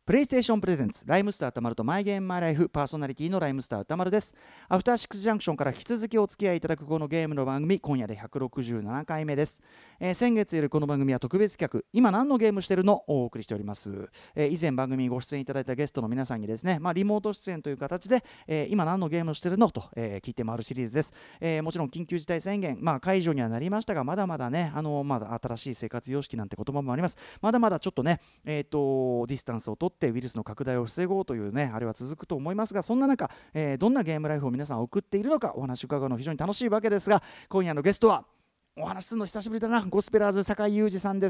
プレイステーションプレゼンツライムスター歌丸とマイゲームマイライフ、パーソナリティのライムスター歌丸です。アフターシックスジャンクションから引き続きお付き合いいただくこのゲームの番組、今夜で167回目です。先月よりこの番組は特別企画、今何のゲームしてるのをお送りしております。以前番組にご出演いただいたゲストの皆さんにですね、リモート出演という形で、今何のゲームをしてるのと、聞いて回るシリーズです。もちろん緊急事態宣言、解除にはなりましたが、まだまだね、まだ新しい生活様式なんて言葉もあります。まだまだちょっとね、ディスタンスを取ってウイルスの拡大を防ごうというね、あれは続くと思いますが、そんな中、どんなゲームライフを皆さん送っているのかお話を伺うの非常に楽しいわけですが、今夜のゲストはお話しするの久しぶりだな、ゴスペラーズ酒井裕二さんです。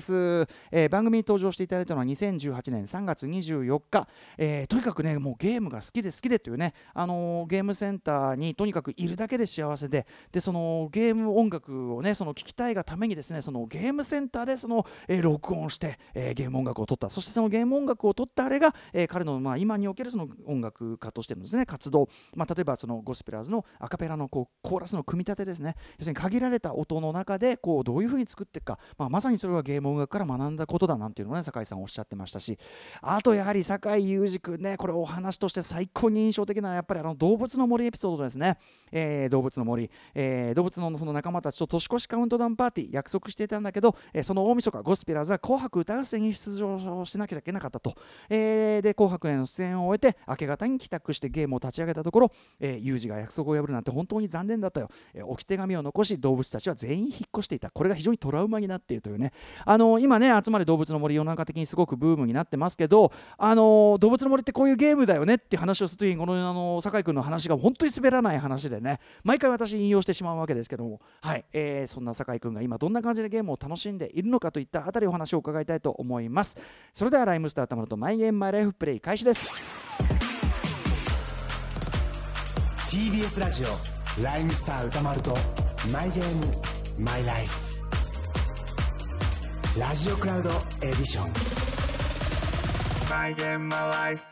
番組に登場していただいたのは2018年3月24日、とにかくね、もうゲームが好きで好きでというね、ゲームセンターにとにかくいるだけで幸せで、そのゲーム音楽をね、その聴きたいがためにですね、そのゲームセンターでその、録音して、ゲーム音楽を撮った。そしてそのゲーム音楽を撮ったあれが、彼の今におけるその音楽家としてのですね活動、例えばそのゴスペラーズのアカペラのコーラスの組み立てですね、要するに限られた音の中でどういう風に作っていくか、まさにそれはゲーム音楽から学んだことだなんていうのをね、酒井さんおっしゃってましたし、あとやはり酒井裕二君ね、これお話として最高に印象的なやっぱり動物の森エピソードですね。動物の森、動物のその仲間たちと年越しカウントダウンパーティー約束していたんだけど、その大晦日ゴスペラーズは紅白歌合戦に出場しなきゃいけなかったと、で紅白への出演を終えて明け方に帰宅してゲームを立ち上げたところ、裕二が約束を破るなんて本当に残念だったよ、置き手紙を残し動物たちは全員引っ越していた。これが非常にトラウマになっているというね、今ね、集まれ動物の森世の中的にすごくブームになってますけど、動物の森ってこういうゲームだよねっていう話をするときに、この酒井君の話が本当に滑らない話でね、毎回私引用してしまうわけですけども、はい、そんな酒井君が今どんな感じでゲームを楽しんでいるのかといったあたりお話を伺いたいと思います。それではライムスターたまるとマイゲームマイライフプレイ開始です。 TBS ラジオライムスター歌丸とマイゲームマイライフラジオクラウドエディションマイゲームマイライフ。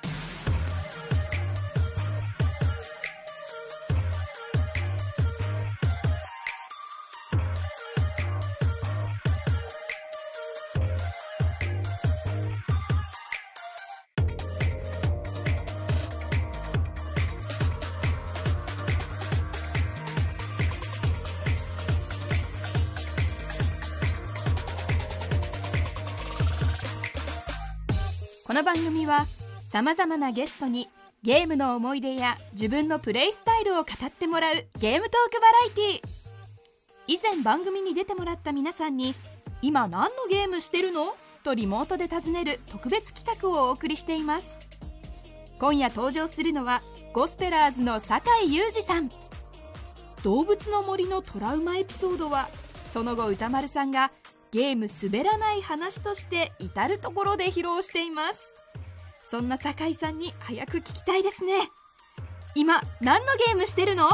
この番組はさまざまなゲストにゲームの思い出や自分のプレイスタイルを語ってもらうゲームトークバラエティー。以前番組に出てもらった皆さんに今何のゲームしてるのとリモートで尋ねる特別企画をお送りしています。今夜登場するのはゴスペラーズの酒井裕二さん。動物の森のトラウマエピソードはその後歌丸さんがゲーム滑らない話として至るところで披露しています。そんな酒井さんに早く聞きたいですね。今何のゲームしてるの？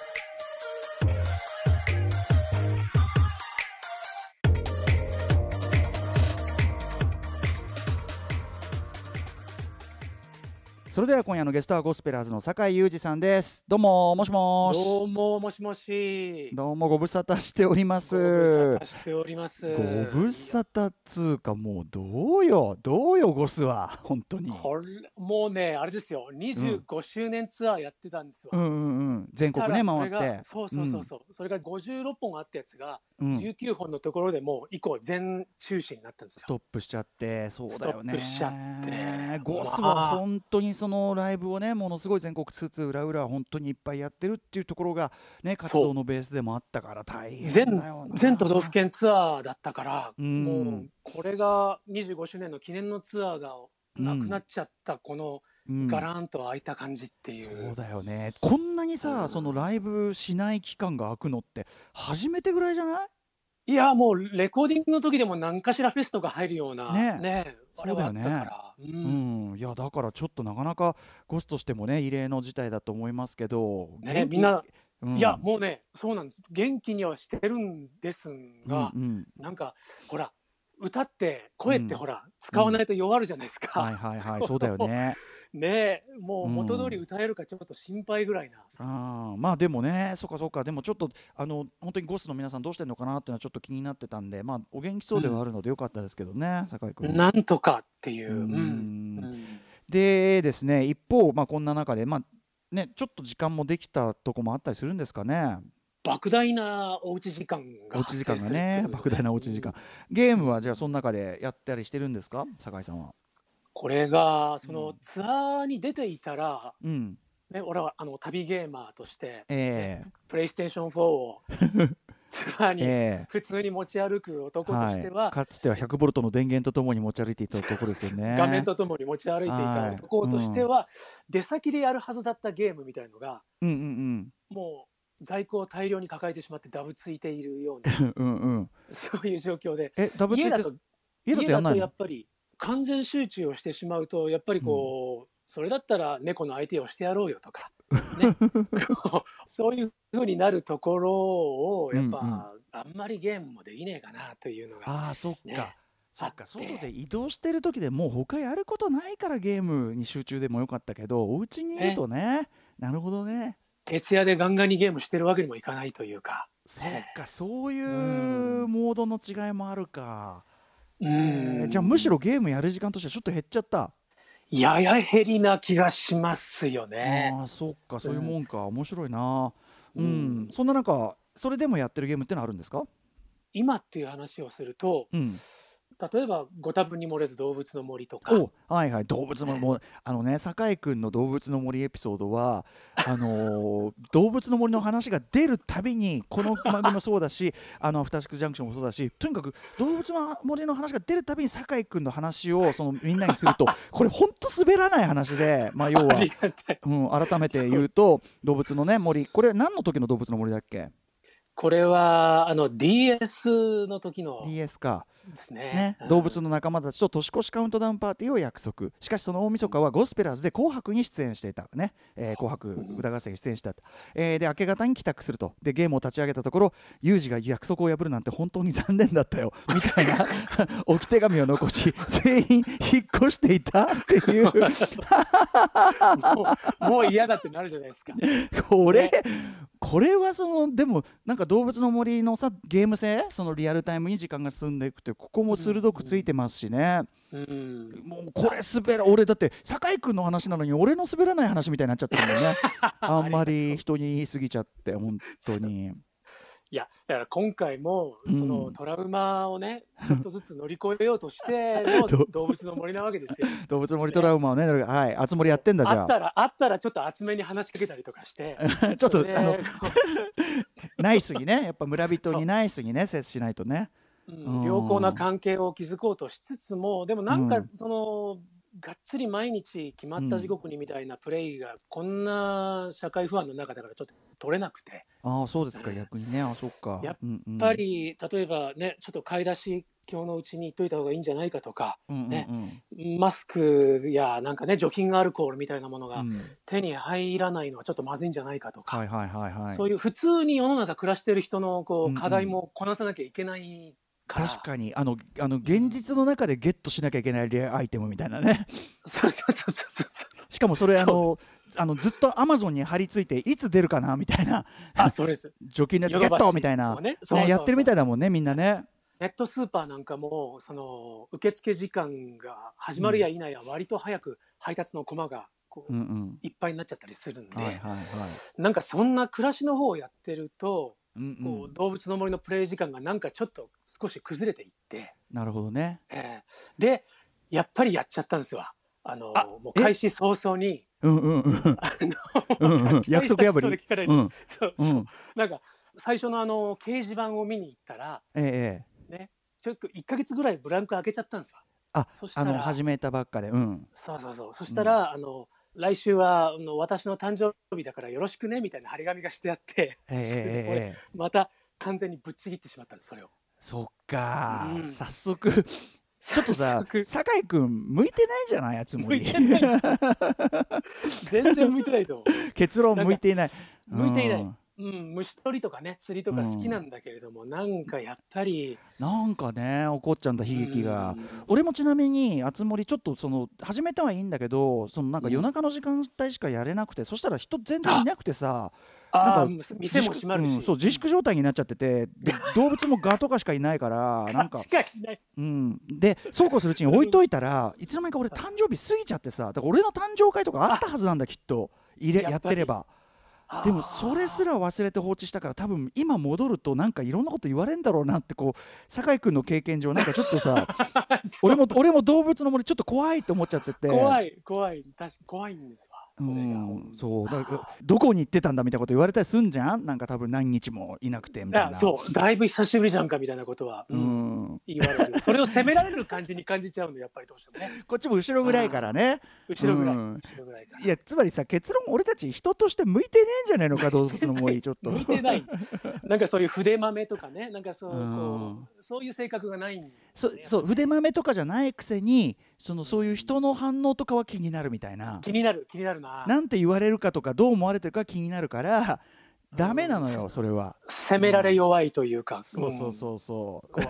それでは今夜のゲストはゴスペラーズの酒井裕二さんです。どうももしもし。 どうももしもし。 どうもご無沙汰しております。 ご無沙汰しております。 ご無沙汰つうか、もうどうよゴスは本当に。 これもうね、あれですよ、25周年ツアーやってたんですわ。 全国ね回って。 そう、それが56本あったやつが19本のところでもう以降全中止になったんですよ。 ストップしちゃって。そうだよね。 ストップしちゃって。 ゴスは本当にそのライブをね、ものすごい全国津々浦々本当にいっぱいやってるっていうところがね、活動のベースでもあったから大変だよな。 全都道府県ツアーだったから、もうこれが25周年の記念のツアーがなくなっちゃった、このガランと開いた感じっていう。 そうだよね。こんなにさ、そのライブしない期間が空くのって初めてぐらいじゃない？ いや、もうレコーディングの時でも何かしらフェスとか入るようなね、あれはあったから。 いやだからちょっとなかなかゴスとしてもね異例の事態だと思いますけど、 ね、みんな、いやもうね、そうなんです。元気にはしてるんですが、なんかほら歌って声ってほら、使わないと弱るじゃないですか。 はいそうだよね。 ねえ、もう元通り歌えるかちょっと心配ぐらいな。 まあでもね、そうかでもちょっと本当にゴスの皆さんどうしてるのかなっていうのはちょっと気になってたんで、お元気そうではあるのでよかったですけどね、酒井君。 なんとかっていう。 でですね、一方、こんな中で、ちょっと時間もできたとこもあったりするんですかね。 莫大なおうち時間が発生するね、莫大なおうち時間、ゲームはじゃあその中でやったりしてるんですか、酒井さんは。 これがそのツアーに出ていたら、 ね、 俺は旅ゲーマーとして、プレイステーション4をツアーに普通に持ち歩く男としては、 かつては100ボルトの電源とともに持ち歩いていた男ですよね。 画面とともに持ち歩いていた男としては、出先でやるはずだったゲームみたいのが、もう在庫を大量に抱えてしまってダブついているようなそういう状況で、家だとやっぱり完全集中をしてしまうと、やっぱりそれだったら猫の相手をしてやろうよとか、ね、そういう風になるところをやっぱ、あんまりゲームもできねえかなというのが、 そっか、外で移動してる時でもう他やることないからゲームに集中でもよかったけど、お家にいるとね、なるほどね。 徹夜でガンガンにゲームしてるわけにもいかないというか、 そういうモードの違いもあるか。じゃあむしろゲームやる時間としてはちょっと減っちゃった。 やや減りな気がしますよね。 そっか、そういうもんか。面白いな。そんな中、それでもやってるゲームってのはあるんですか？ 今っていう話をすると、例えばご多分に漏れず動物の森とか、 動物の森、酒井くんの動物の森エピソードは動物の森の話が出るたびに、この番組もそうだしアフターシックスジャンクションもそうだし、とにかく動物の森の話が出るたびに酒井くんの話をみんなにするとこれほんと滑らない話で、要は改めて言うと、動物のね森、これ何の時の動物の森だっけ？ これはDS の時の DS かですね。 動物の仲間たちと年越しカウントダウンパーティーを約束。しかしその大晦日はゴスペラーズで紅白に出演していたね、紅白歌合戦に出演した、で明け方に帰宅すると。でゲームを立ち上げたところ、ユージが約束を破るなんて本当に残念だったよみたいな置き手紙を残し、全員引っ越していたっていうもう嫌だってなるじゃないですか。 これはでもなんか動物の森のゲーム性、リアルタイムに時間が進んでいくと、ここも鋭くついてますしね。もうこれ俺だって酒井君の話なのに俺の滑らない話みたいになっちゃってるもんねあんまり人に言い過ぎちゃって本当に。 いやだから今回もそのトラウマをね、ちょっとずつ乗り越えようとしての動物の森なわけですよ。 動物の森トラウマをね、あつ森やってんだ。じゃあったらちょっと厚めに話しかけたりとかしてちょっとナイスにね、やっぱ村人にナイスにね接しないとね、 良好な関係を築こうとしつつも、でもなんかがっつり毎日決まった時刻にみたいなプレイがこんな社会不安の中だからちょっと取れなくて。 そうですか、逆にね。そっか。 やっぱり例えばね、ちょっと買い出し今日のうちに行っといた方がいいんじゃないかとか、マスクやなんかね除菌アルコールみたいなものが手に入らないのはちょっとまずいんじゃないかとか、そういう普通に世の中暮らしてる人の課題もこなさなきゃいけない。 確かに現実の中でゲットしなきゃいけないレアアイテムみたいなね。 そうしかもそれずっとアマゾンに貼り付いていつ出るかなみたいなそうです除菌のやつゲットみたいな、やってるみたいだもんね、みんなね。 ネットスーパーなんかも受付時間が始まるや否や割と早く配達のコマがいっぱいになっちゃったりするんで、なんかそんな暮らしの方をやってると動物の森のプレイ時間がなんかちょっと少し崩れていって。 なるほどね。 でやっぱりやっちゃったんですわ。もう開始早々に約束破り。 なんか最初の掲示板を見に行ったらね、ちょっと1ヶ月ぐらいブランク開けちゃったんですわ。 始めたばっかで。 そしたら来週は私の誕生日だからよろしくねみたいな張り紙がしてあって、また完全にぶっちぎってしまったんです、それを。 そっか、早速ちょっとさ、酒井君向いてないじゃない、あつ森。 全然向いてないと思う。 結論向いていない。 向いていない。 虫取りとかね釣りとか好きなんだけれども、なんかやっぱりなんかね起こっちゃうんだ悲劇が。俺もちなみにあつ森ちょっと始めたはいいんだけど、なんか夜中の時間帯しかやれなくて、そしたら人全然いなくてさ、なんか店も閉まるし、 そう自粛状態になっちゃってて、で動物もガとかしかいないからなんか、でそうこうするうちに置いといたらいつの間にか俺誕生日過ぎちゃってさ、だから俺の誕生会とかあったはずなんだきっとやってれば。でもそれすら忘れて放置したから、多分今戻るとなんかいろんなこと言われるんだろうなって、こう酒井君の経験上なんかちょっとさ俺も動物の森ちょっと怖いって思っちゃってて、 怖い確かに怖いんですわ。それがそうだからどこに行ってたんだみたいなこと言われたりすんじゃん、なんか多分何日もいなくてみたいな。 そうだいぶ久しぶりじゃんかみたいなことは、言われる。それを責められる感じに感じちゃうのやっぱりどうしてもね。 こっちも後ろぐらいからね、 後ろぐらいから。 いやつまりさ、結論俺たち人として向いてねえんじゃねえのか動物の森ちょっと向いてないなんかそういう筆豆とかね、なんかそういう性格がないん、ね、 そう筆豆とかじゃないくせにそういう人の反応とかは気になるみたいな、 気になるな、 なんて言われるかとかどう思われてるか気になるからダメなのよ、それは。 責められ弱いというか、 そう怖い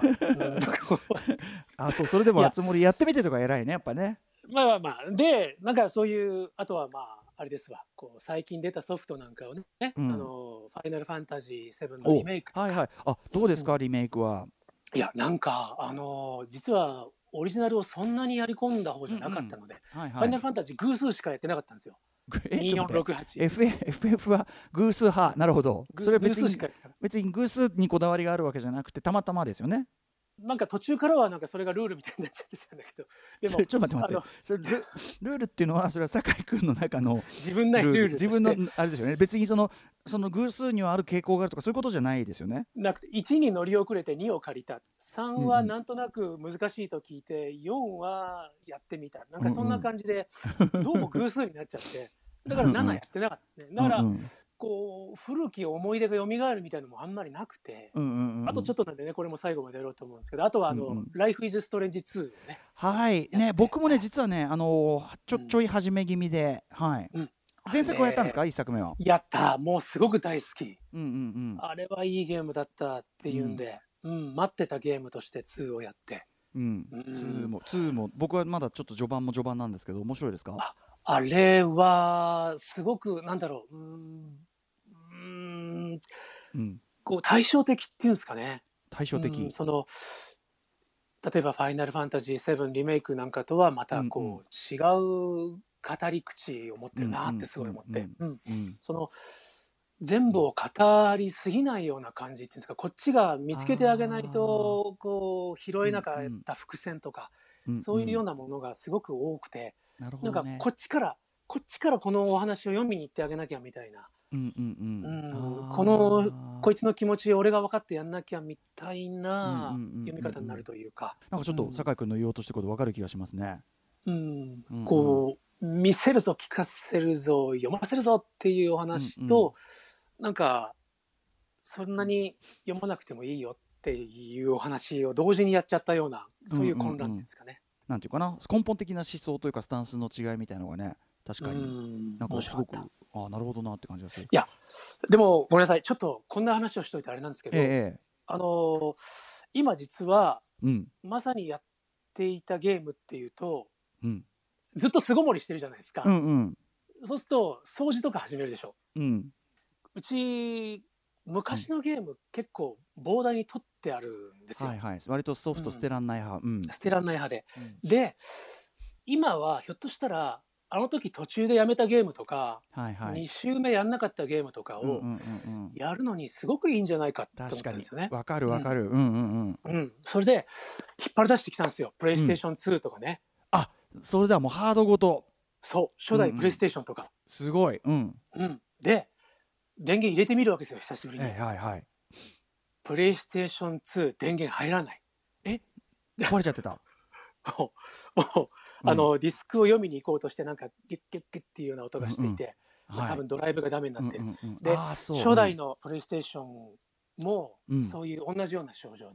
それでもあつ森やってみてとか偉いねやっぱね。 まあでなんかそういう、あとはあれですわ、こう最近出たソフトなんかをね、ファイナルファンタジー7のリメイクとか、 どうですかリメイクは。 いやなんか実はオリジナルをそんなにやり込んだ方じゃなかったので、ファイナルファンタジー偶数しかやってなかったんですよ。2468 FF は偶数派。なるほど。それは別に偶数にこだわりがあるわけじゃなくてたまたまですよね。 なんか途中からはなんかそれがルールみたいになっちゃってたんだけど、でもちょっと待ってそれルールっていうのはそれは酒井君の中の自分なりルールとして、 自分のあれですよね。別にその偶数にはある傾向があるとかそういうことじゃないですよね。 なくて1に乗り遅れて2を借りた、3はなんとなく難しいと聞いて4はやってみた、なんかそんな感じでどうも偶数になっちゃってだから7やってなかったですね。だからこう古き思い出が蘇るみたいなのもあんまりなくて、あとちょっとなんでねこれも最後までやろうと思うんですけど、あとはLife is Strange 2をね、 はいね、僕もね実はねちょい始め気味で、前作はやったんですか。1作目はやった。もうすごく大好き、あれはいいゲームだったっていうんで、待ってたゲームとして2をやって、2も僕はまだちょっと序盤なんですけど面白いですか。 あれはすごくなんだろう、こう対照的っていうんですかね。 対照的、 例えば「ファイナルファンタジー7」リメイクなんかとはまたこう違う語り口を持ってるなってすごい思って、全部を語りすぎないような感じっていうんですか、こっちが見つけてあげないとこう拾えなかった伏線とか、そういうようなものがすごく多くて、なんかこっちからこのお話を読みに行ってあげなきゃみたいな、こいつの気持ち俺が分かってやんなきゃみたいな読み方になるというか、 なんかちょっと酒井君の言おうとしてること分かる気がしますね。 こう見せるぞ聞かせるぞ読ませるぞっていうお話と、なんかそんなに読まなくてもいいよっていうお話を同時にやっちゃったような、そういう混乱ですかね。 なんていうかな、根本的な思想というかスタンスの違いみたいなのがね、確かになんかすごくなるほどなって感じがする。 いやでもごめんなさい、ちょっとこんな話をしといてあれなんですけど、今実は、まさにやっていたゲームっていうと、ずっと巣ごもりしてるじゃないですか。そうすると掃除とか始めるでしょ。うち昔のゲーム結構膨大に取ってあるんですよ。 割とソフト捨てらんない派、 捨てらんない派で、で今はひょっとしたらあの時途中でやめたゲームとか、2周目やんなかったゲームとかをやるのにすごくいいんじゃないかって思ったんですよね。 わかる。 それで引っ張り出してきたんですよ。プレイステーション2とかね。 それだ、もうハードごと。 そう初代プレイステーションとか、 すごい。 で電源入れてみるわけですよ、久しぶりに。プレイステーション2電源入らない。 壊れちゃってた。 ディスクを読みに行こうとしてなんかギュッギュッギュッっていうような音がしていて、多分ドライブがダメになってる。で初代のプレイステーションもそういう同じような症状で、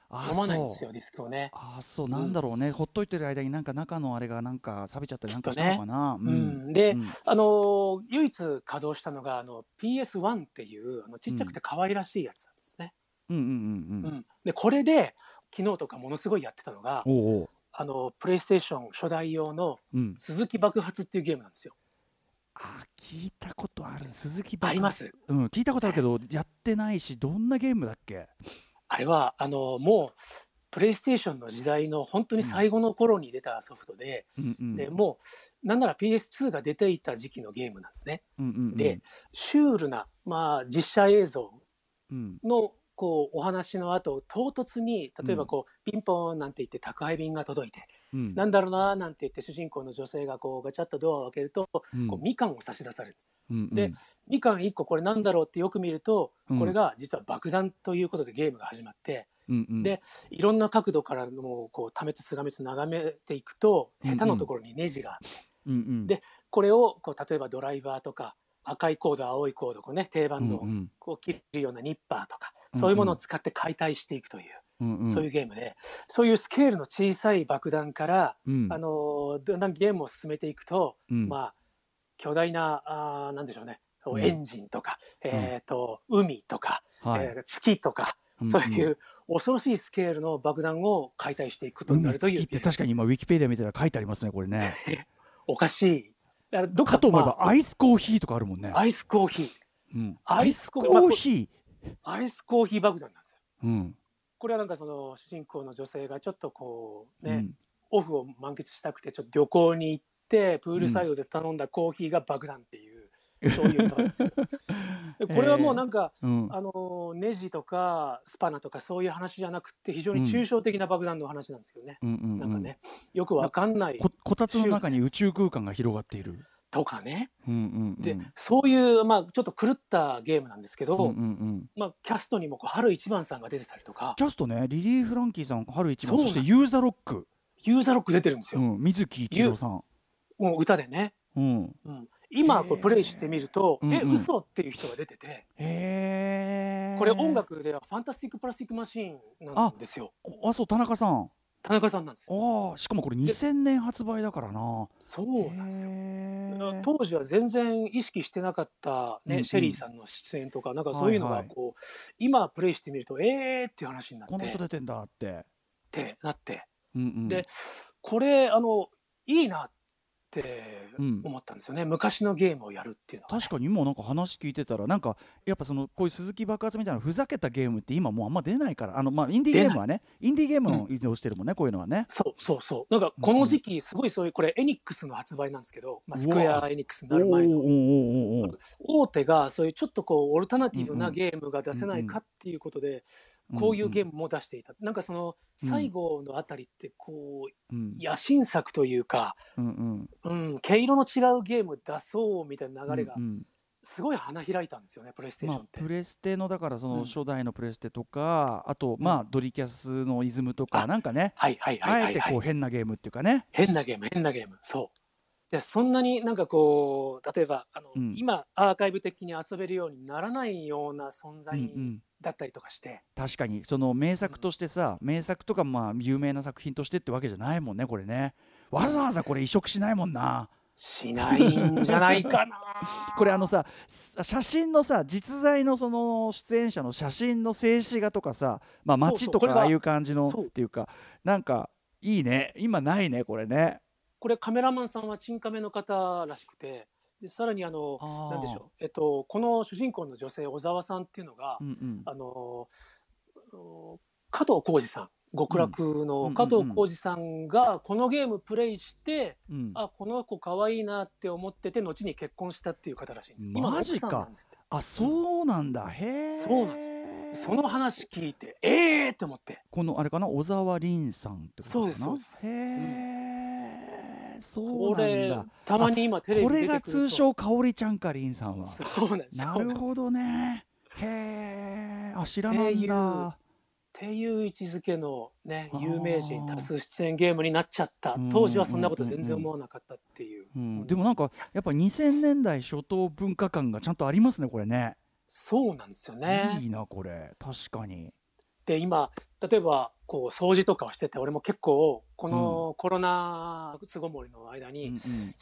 飲まないんですよディスクをね。 そうなんだろうね、ほっといてる間になんか中のあれがなんか錆びちゃったりなんかしたのかな。 で、唯一稼働したのがPS1 っていうちっちゃくて可愛らしいやつなんですね。でこれで昨日とかものすごいやってたのがプレイステーション初代用の鈴木爆発っていうゲームなんですよ。 聞いたことある。鈴木爆発あります。 聞いたことあるけどやってないし、どんなゲームだっけ？ あれはもうプレイステーションの時代の本当に最後の頃に出たソフトで、でもうなんなら PS2 が出ていた時期のゲームなんですね。でシュールな、実写映像のこうお話の後唐突に例えばこうピンポーンなんて言って宅配便が届いて、なんだろうななんて言って主人公の女性がこうガチャッとドアを開けると、こうみかんを差し出されるんです。でみかん1個これなんだろうってよく見ると、これが実は爆弾ということでゲームが始まって、でいろんな角度からもこう多滅すが滅眺めていくと、下手のところにネジがあって、でこれをこう例えばドライバーとか赤いコード青いコードこう、ね、定番のこう切るようなニッパーとか、そういうものを使って解体していくという、そういうゲームで、そういうスケールの小さい爆弾から、だんだんゲームを進めていくと、巨大ななんでしょうね、エンジンとか、海とか、月とか、そういう恐ろしいスケールの爆弾を解体していくことになるという。 月って確かに今ウィキペディア見たら書いてありますね、これね。 おかしい。 かと思えばアイスコーヒーとかあるもんね。 アイスコーヒー。アイスコーヒー爆弾なんですよ。これはなんかその主人公の女性がちょっとこうね、オフを満喫したくてちょっと旅行に行ってプールサイドで頼んだコーヒーが爆弾っていう、そういうのなんですよ。これはもうなんか、ネジとかスパナとかそういう話じゃなくて非常に抽象的な爆弾の話なんですけどね。なんかね、よくわかんないこたつの中に宇宙空間が広がっているとかね。でそういう、ちょっと狂ったゲームなんですけど、キャストにも春一番さんが出てたりとか。 キャストね、リリー・フランキーさん、春一番、そしてユーザロック出てるんですよ。 水木一郎さん、 歌でね。今こうプレイしてみると嘘っていう人が出てて、これ音楽ではファンタスティック・プラスティック・マシーンなんですよ。 そう、田中さんなんですよ。 しかもこれ2000年発売だからな。 そうなんですよ。当時は全然意識してなかったね、シェリーさんの出演とかなんかそういうのがこう、今プレイしてみるとっていう話になって、 この人出てんだってなって、でこれいいなって思ったんですよね、昔のゲームをやるっていうのは、 確かに今なんか話聞いてたらなんかやっぱそのこういう鈴木爆発みたいなふざけたゲームって今もうあんま出ないから、インディーゲームはね、インディーゲームの依存をしてるもんね、こういうのはね。 そうなんかこの時期すごいそういう、これエニックスの発売なんですけど、スクエアエニックスになる前の大手がそういうちょっとこうオルタナティブなゲームが出せないかっていうことで、こういうゲームも出していた。なんかその最後のあたりってこう、野心作というか、毛色の違うゲーム出そうみたいな流れがすごい花開いたんですよね、プレイステーションって。 プレステのだからその初代のプレステとか、あとドリキャスのイズムとかなんかね、あえてこう変なゲームっていうかね、 変なゲーム、そうで、そんなになんかこう例えば今アーカイブ的に遊べるようにならないような存在だったりとかして、 確かにその名作としてさ、名作とか有名な作品としてってわけじゃないもんね、これね。わざわざこれ移植しないもんな。 しないんじゃないかな。 これ写真のさ、実在のその出演者の写真の静止画とかさ、街とかああいう感じのっていうか、なんかいいね、今ないねこれね。 これカメラマンさんはチンカメの方らしくて、でさらになんでしょう、この主人公の女性小沢さんっていうのが、加藤浩次さん、極楽の加藤浩次さんがこのゲームプレイして、この子可愛いなって思ってて後に結婚したっていう方らしいんです。 マジか。そうなんだ。へえ。 そうなんです。その話聞いてって思って、 このあれかな、小沢凛さんってことかな。 そうです。 へえ、そうなんだ。 たまに今テレビこれが通称かおりちゃんか、凛さんは。 そうなんです。 なるほどね。へえ、知らなんだ。 っていう位置づけのね、有名人多数出演ゲームになっちゃった。当時はそんなこと全然思わなかったっていう。 でもなんかやっぱ2000年代初頭文化感がちゃんとありますね、これね。 そうなんですよね。 いいなこれ、確かに。 で今例えばこう掃除とかをしてて、俺も結構このコロナ巣ごもりの間に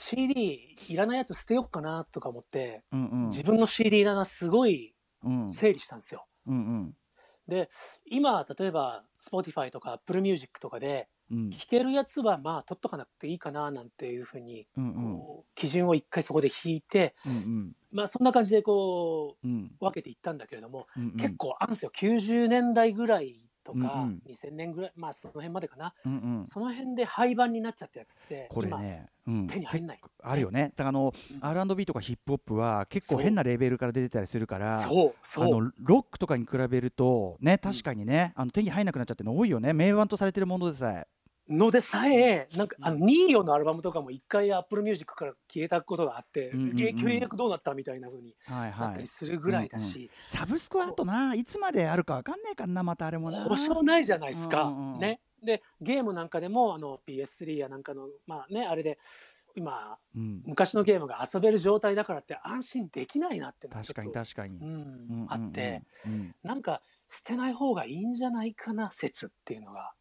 CD いらないやつ捨てようかなとか思って、自分の CD 棚すごい整理したんですよ。で今例えば Spotify とか Apple Music とかで聴けるやつはまあ取っとかなくていいかななんていうふうにこう基準を一回そこで引いて、まあそんな感じでこう分けていったんだけれども、結構あるんですよ。90年代ぐらいとか2000年ぐらい、まあその辺までかな、その辺で廃盤になっちゃったやつってこれね、 手に入んない、 あるよね。だからR&B とかヒップホップは結構変なレベルから出てたりするから、ロックとかに比べるとね、確かにね、手に入んなくなっちゃってるの多いよね。名盤とされてるものでさえ。 なんかニーヨのアルバムとかも一回 Apple Music から消えたことがあって、契約どうなったみたいな風になったりするぐらいだし、 サブスクはあとないつまであるか分かんないからな、またあれもな保証ないじゃないですか、ね。でゲームなんかでもPS3 やなんかのまあねあれで今、昔のゲームが遊べる状態だからって安心できないなってのが確かに、 あって、なんか捨てない方がいいんじゃないかな説っていうのが。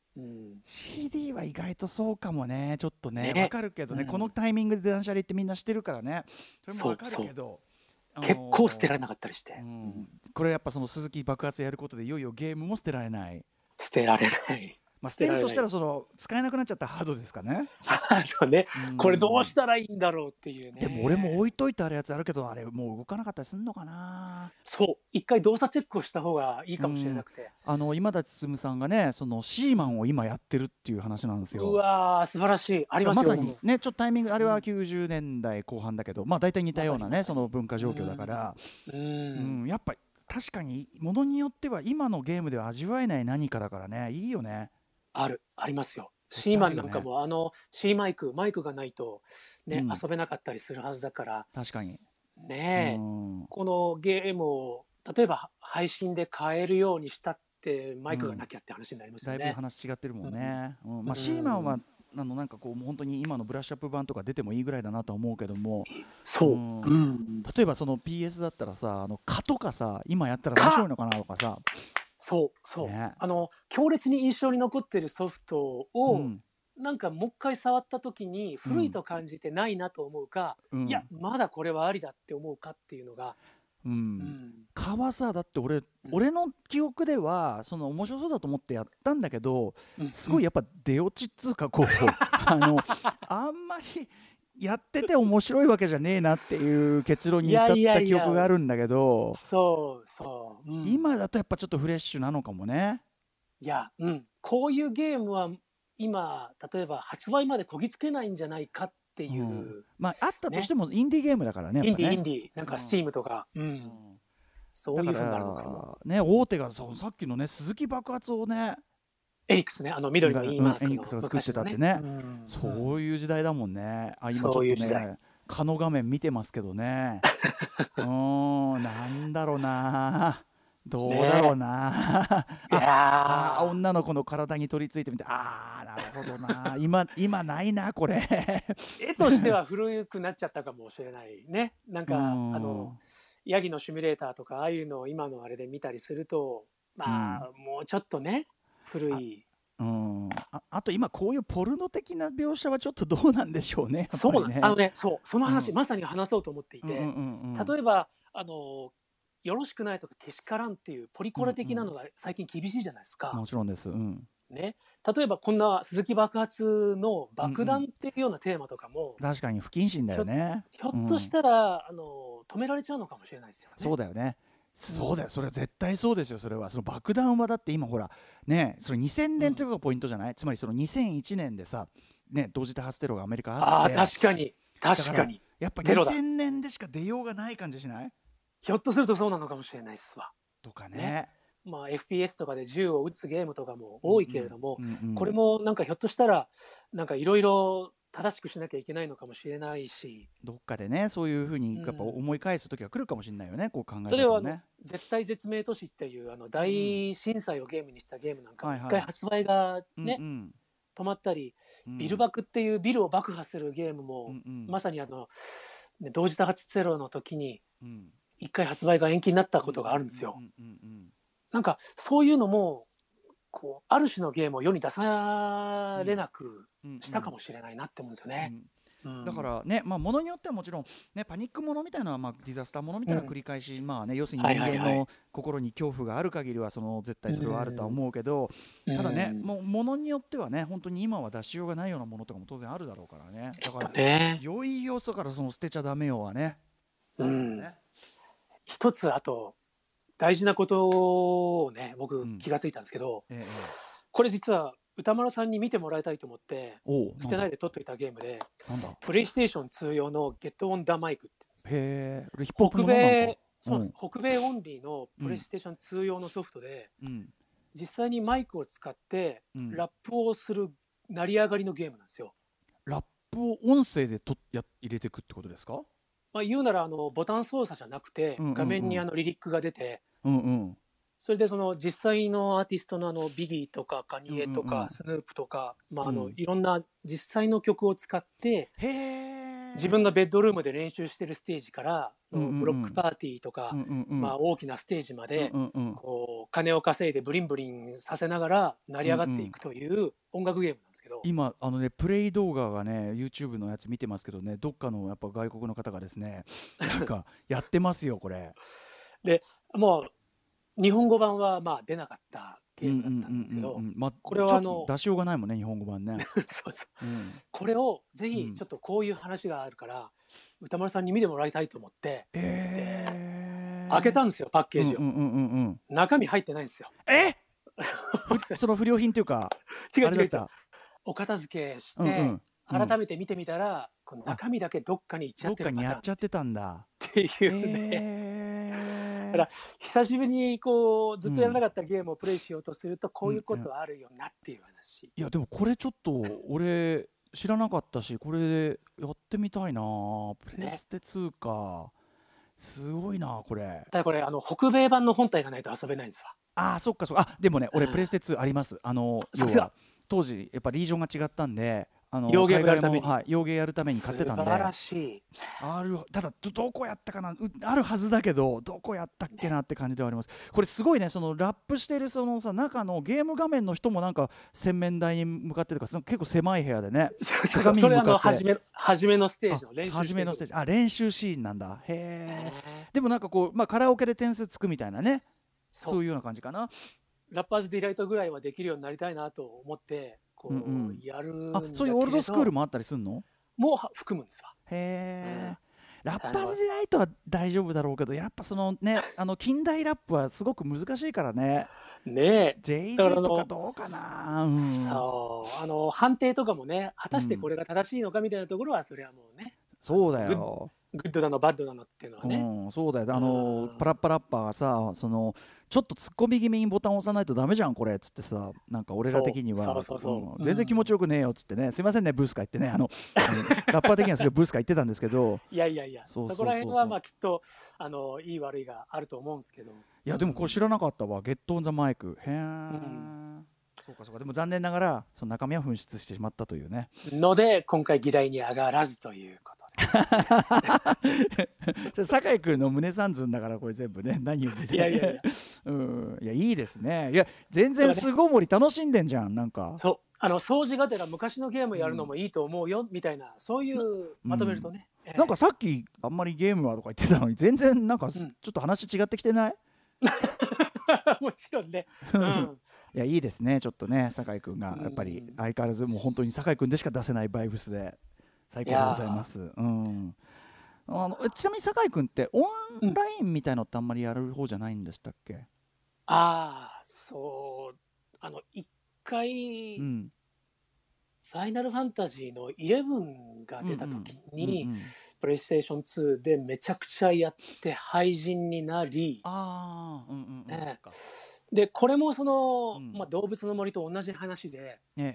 CD は意外とそうかもね、ちょっとね、分かるけどね、このタイミングで断捨離ってみんなしてるからね、それも分かるけど、 結構捨てられなかったりして、 これやっぱその鈴木爆発やることでいよいよゲームも捨てられない。 捨てられない。 捨てるとしたら使えなくなっちゃったハードですかね。 ハードね、これどうしたらいいんだろうっていうね。 でも俺も置いといてあるやつあるけど、あれもう動かなかったりすんのかな。 そう一回動作チェックをした方がいいかもしれなくて、 今立進さんがねそのシーマンを今やってるっていう話なんですよ。 うわー素晴らしい、ありますよ。 まさにねちょっとタイミングあれは90年代後半だけど、まあ大体似たようなねその文化状況だから、やっぱ確かにものによっては今のゲームでは味わえない何かだからね、いいよね。 ありますよ。シーマンなんかもC マイクがないとね、遊べなかったりするはずだから。 確かにね、このゲームを例えば配信で買えるようにしたってマイクがなきゃって話になりますよね。 だいぶ話違ってるもんね。シーマンはなんかこう本当に今のブラッシュアップ版とか出てもいいぐらいだなと思うけども、例えばその PS だったらさ蚊とかさ今やったら面白いのかなとかさ、 ね、強烈に印象に残ってるソフトを、なんかもう一回触った時に古いと感じてないなと思うか、いやまだこれはありだって思うかっていうのが、 蚊はさだって俺の記憶ではその面白そうだと思ってやったんだけど、すごいやっぱ出落ちっつうかこうあんまりやってて面白いわけじゃねえなっていう結論に至った記憶があるんだけど、今だとやっぱちょっとフレッシュなのかもね。 いや、こういうゲームは今例えば発売までこぎつけないんじゃないかっていう、 あったとしてもインディーゲームだからね。 インディーなんか Steam とか、そういうふうになるのかもね。大手がさっきのね鈴木爆発をねエニックスね、緑の E マークのエニックスが作ってたってね、そういう時代だもんね。今ちょっとね蚊の画面見てますけどねなんだろうな、どうだろうな、女の子の体に取り付いてみて、なるほどな今ないなこれ絵としては古くなっちゃったかもしれないね。なんかヤギのシミュレーターとかああいうのを今のあれで見たりするともうちょっとね古い。 あと今こういうポルノ的な描写はちょっとどうなんでしょうね。 その話、まさに話そうと思っていて、例えばよろしくないとかけしからんっていうポリコレ的なのが最近厳しいじゃないですか。 もちろんです、 ね、例えばこんな鈴木爆発の爆弾っていうようなテーマとかも、 確かに不謹慎だよね。 ひょっとしたら止められちゃうのかもしれないですよね。 そうだよね。そうだよ、それは絶対そうですよ。それはその爆弾はだって今ほらね、それ2000年というのがポイントじゃない、つまりその2001年でさね同時多発テロがアメリカあって、 確かにやっぱ2000年でしか出ようがない感じしない？ ひょっとするとそうなのかもしれないっすわ。 とかね。 FPS とかで銃を撃つゲームとかも多いけれども、これもなんかひょっとしたらなんかいろいろ正しくしなきゃいけないのかもしれないし、 どっかでねそういうふうにやっぱ思い返す時は来るかもしれないよね、こう考えるとね。例えば絶対絶命都市っていう大震災をゲームにしたゲームなんか一回発売がね止まったり、ビル爆っていうビルを爆破するゲームもまさに同時多発テロの時に一回発売が延期になったことがあるんですよ。なんかそういうのもこうある種のゲームを世に出されなくしたかもしれないなって思うんですよね。 だからね、まあ、ものによってはもちろん、ね、パニックものみたいなのは、まあ、ディザスターものみたいな繰り返し、まあね、要するに人間の心に恐怖がある限りは絶対それはあるとは思うけど、ただね、ものによってはね、本当に今は出しようがないようなものとかも当然あるだろうからね。だから、いよいよそから捨てちゃダメよはね。 一つあと大事なことをね、僕気がついたんですけど、これ実は歌丸さんに見てもらいたいと思って捨てないで撮っといたゲームで、プレイステーション2用の Get on the Mic って北米オンリーのプレイステーション2用のソフトで、実際にマイクを使ってラップをする成り上がりのゲームなんですよ。 ラップを音声で入れていくってことですか？ まあ、言うならボタン操作じゃなくて、画面にリリックが出て、それで実際のアーティストのビギーとかカニエとかスヌープとか、まあいろんな実際の曲を使って自分がベッドルームで練習してるステージからブロックパーティーとか、まあ大きなステージまでこう金を稼いでブリンブリンさせながら成り上がっていくという音楽ゲームなんですけど、 今プレイ動画がね YouTube のやつ見てますけどね、どっかのやっぱ外国の方がですねなんかやってますよこれ。 でもう日本語版はまあ出なかったゲームだったんですけど、これは出しようがないもんね日本語版ねそうそう、これをぜひちょっとこういう話があるから歌丸さんに見てもらいたいと思って、開けたんですよパッケージを。中身入ってないんですよ。 その不良品っていうか違うお片付けして、改めて見てみたらこの中身だけどっかに行っちゃってる、 どっかにやっちゃってたんだっていうね。だから久しぶりにこうずっとやらなかったゲームをプレイしようとするとこういうことあるよなっていう話。 いやでもこれちょっと俺知らなかったし、これやってみたいな。プレステ2か、すごいなこれ。 ただこれ北米版の本体がないと遊べないんですわ。 そっかそっか。でもね俺プレステ2あります。要は当時やっぱリージョンが違ったんで洋ゲームやるために、 洋ゲーやるために買ってたんで。 素晴らしい。 ただどこやったかな、あるはずだけどどこやったっけなって感じではあります。これすごいね、ラップしてる中のゲーム画面の人もなんか洗面台に向かってるか結構狭い部屋でね。 それ初めのステージの練習初めのステージ、練習シーンなんだ。へえ。でもなんかこう、カラオケで点数つくみたいなね、そういうような感じかな。 ラッパーズディライトぐらいはできるようになりたいなと思ってこうやるんだけど、 そういうオールドスクールもあったりするの？ もう含むんですわ。 へえ。ラッパーズディライトは大丈夫だろうけど、やっぱ近代ラップはすごく難しいからね。 ねえ、 JZ とかどうかな。 そう判定とかもね、果たしてこれが正しいのかみたいなところはそれはもうね、 そうだよ。 グッドなのバッドなのっていうのはね、 そうだよ。パラッパラッパーがさちょっと突っ込み気味にボタンを押さないとダメじゃんこれっつってさ、なんか俺ら的には全然気持ちよくねえよっつってね、すいませんねブースカ言ってね、ラッパー的にはすごいブースカ言ってたんですけど、 いやそこら辺はまあきっといい悪いがあると思うんですけど、 いやでもこれ知らなかったわ、ゲットオンザマイク。へえ。そうか。でも残念ながらその中身は紛失してしまったというねので今回議題に上がらずということで酒井君の胸三寸だからこれ全部ね、何を見て。いやいいですね。いや全然巣ごもり楽しんでんじゃん。なんかそう掃除がてら昔のゲームやるのもいいと思うよみたいな、そういうまとめるとね、 なんかさっきあんまりゲームはとか言ってたのに全然なんかちょっと話違ってきてない？ もちろんね。 いやいいですね、ちょっとね酒井君がやっぱり相変わらずもう本当に酒井君でしか出せないバイブスで最高でございます。ちなみに酒井君ってオンラインみたいのってあんまりやる方じゃないんでしたっけ？ そう一回、ファイナルファンタジーの11が出た時にプレイステーション2でめちゃくちゃやって廃人になり、でこれも動物の森と同じ話で、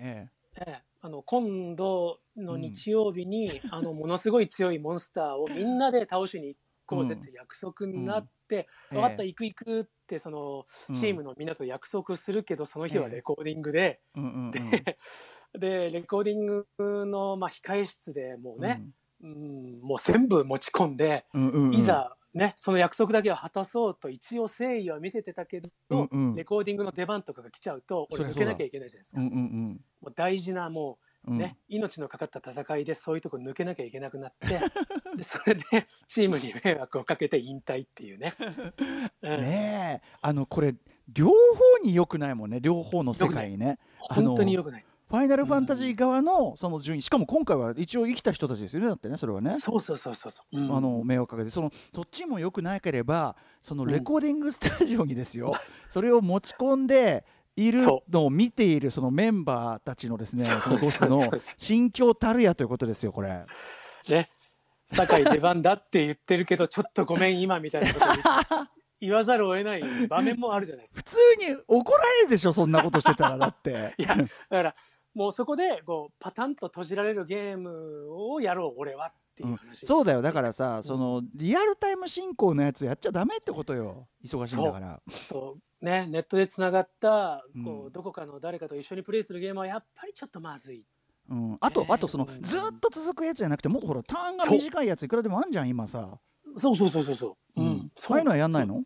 今度の日曜日にものすごい強いモンスターをみんなで倒しに行こうぜって約束になって、分かった行くってチームのみんなと約束するけど、その日はレコーディングで、でレコーディングの控え室でもうね、もう全部持ち込んで、いざね、その約束だけは果たそうと一応誠意は見せてたけど、レコーディングの出番とかが来ちゃうと俺抜けなきゃいけないじゃないですか。もう大事なもうね、命のかかった戦いでそういうとこ抜けなきゃいけなくなってでそれでチームに迷惑をかけて引退っていうね。 ねえ、これ両方に良くないもんね、両方の世界にね。 本当に良くない。 ファイナルファンタジー側のその順位、しかも今回は一応生きた人たちですよね、だってね、それはね。 そう、 迷惑かけて、そっちも良くなければ、そのレコーディングスタジオにですよ、それを持ち込んでいるのを見ているそのメンバーたちのですね、そのゴスの心境たるやということですよ、これ。 ね、酒井出番だって言ってるけど、ちょっとごめん今みたいなこと言わざるを得ない場面もあるじゃないですか。 普通に怒られるでしょ、そんなことしてたら。だっていやだからもうそこでこうパタンと閉じられるゲームをやろう俺はっていう話、 そうだよ。だからさ、そのリアルタイム進行のやつやっちゃダメってことよ、忙しいんだから。 そうね、ネットでつながったこうどこかの誰かと一緒にプレイするゲームはやっぱりちょっとまずい。 あとそのずっと続くやつじゃなくて、もっとほらターンが短いやついくらでもあるじゃん今さ。 そう、 そういうのはやんないの？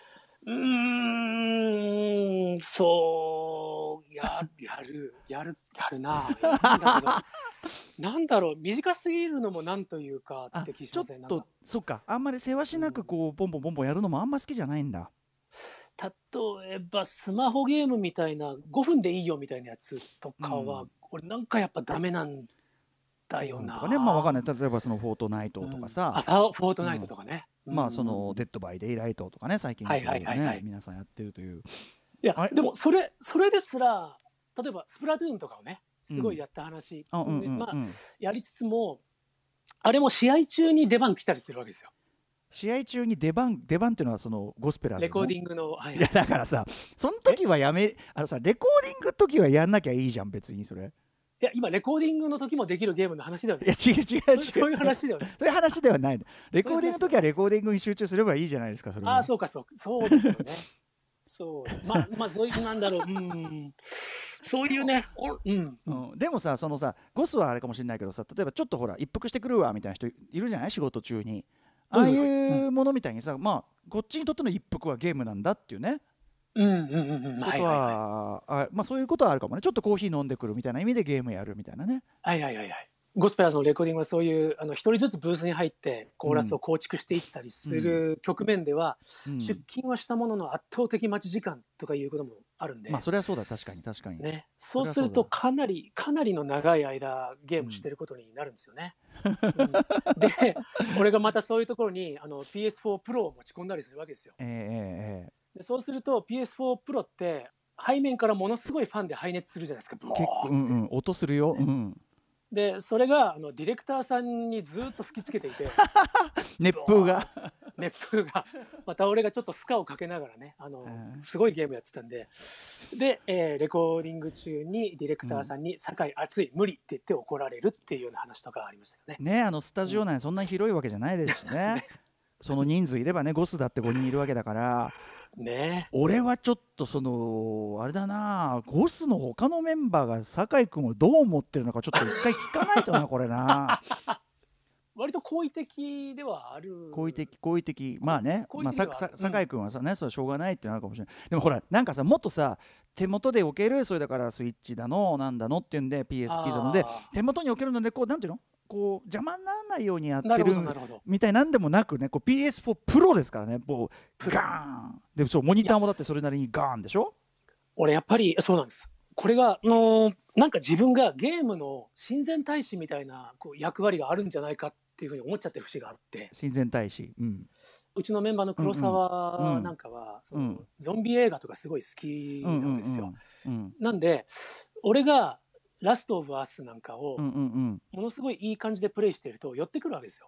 そうやるな。なんだろう、短すぎるのもなんというかって気しません？ ちょっとそっか、あんまりせわしなくこうボンボンやるのもあんま好きじゃないんだ。 例えばスマホゲームみたいな5分でいいよみたいなやつとかは、俺なんかやっぱダメなんだよな。 ね、まあわかんない。例えばそのフォートナイトとかさ、 フォートナイトとかね、 まあそのデッドバイデイライトとかね、最近皆さんやってるという。 いやでもそれですら、例えばスプラトゥーンとかをねすごいやった話、まあやりつつも、あれも試合中に出番来たりするわけですよ。 試合中に出番っていうのはそのゴスペラーズのレコーディングの、 いやだからさ、その時はレコーディングの時はやんなきゃいいじゃん別にそれ。 いや今レコーディングの時もできるゲームの話ではない。 いや違うそういう話ではない。 そういう話ではない。レコーディングの時はレコーディングに集中すればいいじゃないですか、それは。 そうですよね。そうまあそういうなんだろう、そういうね、 でもさ、そのさゴスはあれかもしれないけどさ、例えばちょっとほら一服してくるわみたいな人いるじゃない、仕事中に。ああいうものみたいにさ、まあこっちにとっての一服はゲームなんだっていうね。ことはまあそういうことはあるかもね。ちょっとコーヒー飲んでくるみたいな意味でゲームやるみたいなね。 ゴスペラーズのレコーディングはそういう一人ずつブースに入ってコーラスを構築していったりする局面では、出勤はしたものの圧倒的待ち時間とかいうこともあるんで、 まあそれはそうだ、確かにね、そうするとかなりの長い間ゲームしてることになるんですよね。で俺がまたそういうところにPS4 Pro を持ち込んだりするわけですよ。でそうすると PS4 Pro って背面からものすごいファンで排熱するじゃないですか。結構音するよ。 でそれがディレクターさんにずっと吹きつけていて熱風がまた俺がちょっと負荷をかけながらねすごいゲームやってたんで、レコーディング中にディレクターさんに「酒井熱い無理」って言って怒られるっていうような話とかありましたよね。 スタジオ内そんな広いわけじゃないですしね。その人数いればね、ゴスだって5人いるわけだからね。俺はちょっとあれだな、ゴスの他のメンバーが酒井君をどう思ってるのかちょっと一回聞かないとなこれな。 割と好意的ではある。 好意的まあね、酒井君はさね、それはしょうがないってなるかもしれない。でもほらなんかさ、もっとさ手元で置ける、それだからスイッチだのなんだのっていうんで PSP だので手元に置けるので、こうなんていうの、こう邪魔にならないようにやってるみたいなんでもなくね、こう PS4 Pro ですからね、もうガーンで、モニターもだってそれなりにガーンでしょ。 俺やっぱりそうなんです。これがなんか自分がゲームの親善大使みたいな役割があるんじゃないかっていうふうに思っちゃってる節があって。 親善大使、 うちのメンバーの黒沢なんかはゾンビ映画とかすごい好きなんですよ。なんで俺がラストオブアスなんかをものすごいいい感じでプレイしていると寄ってくるわけですよ。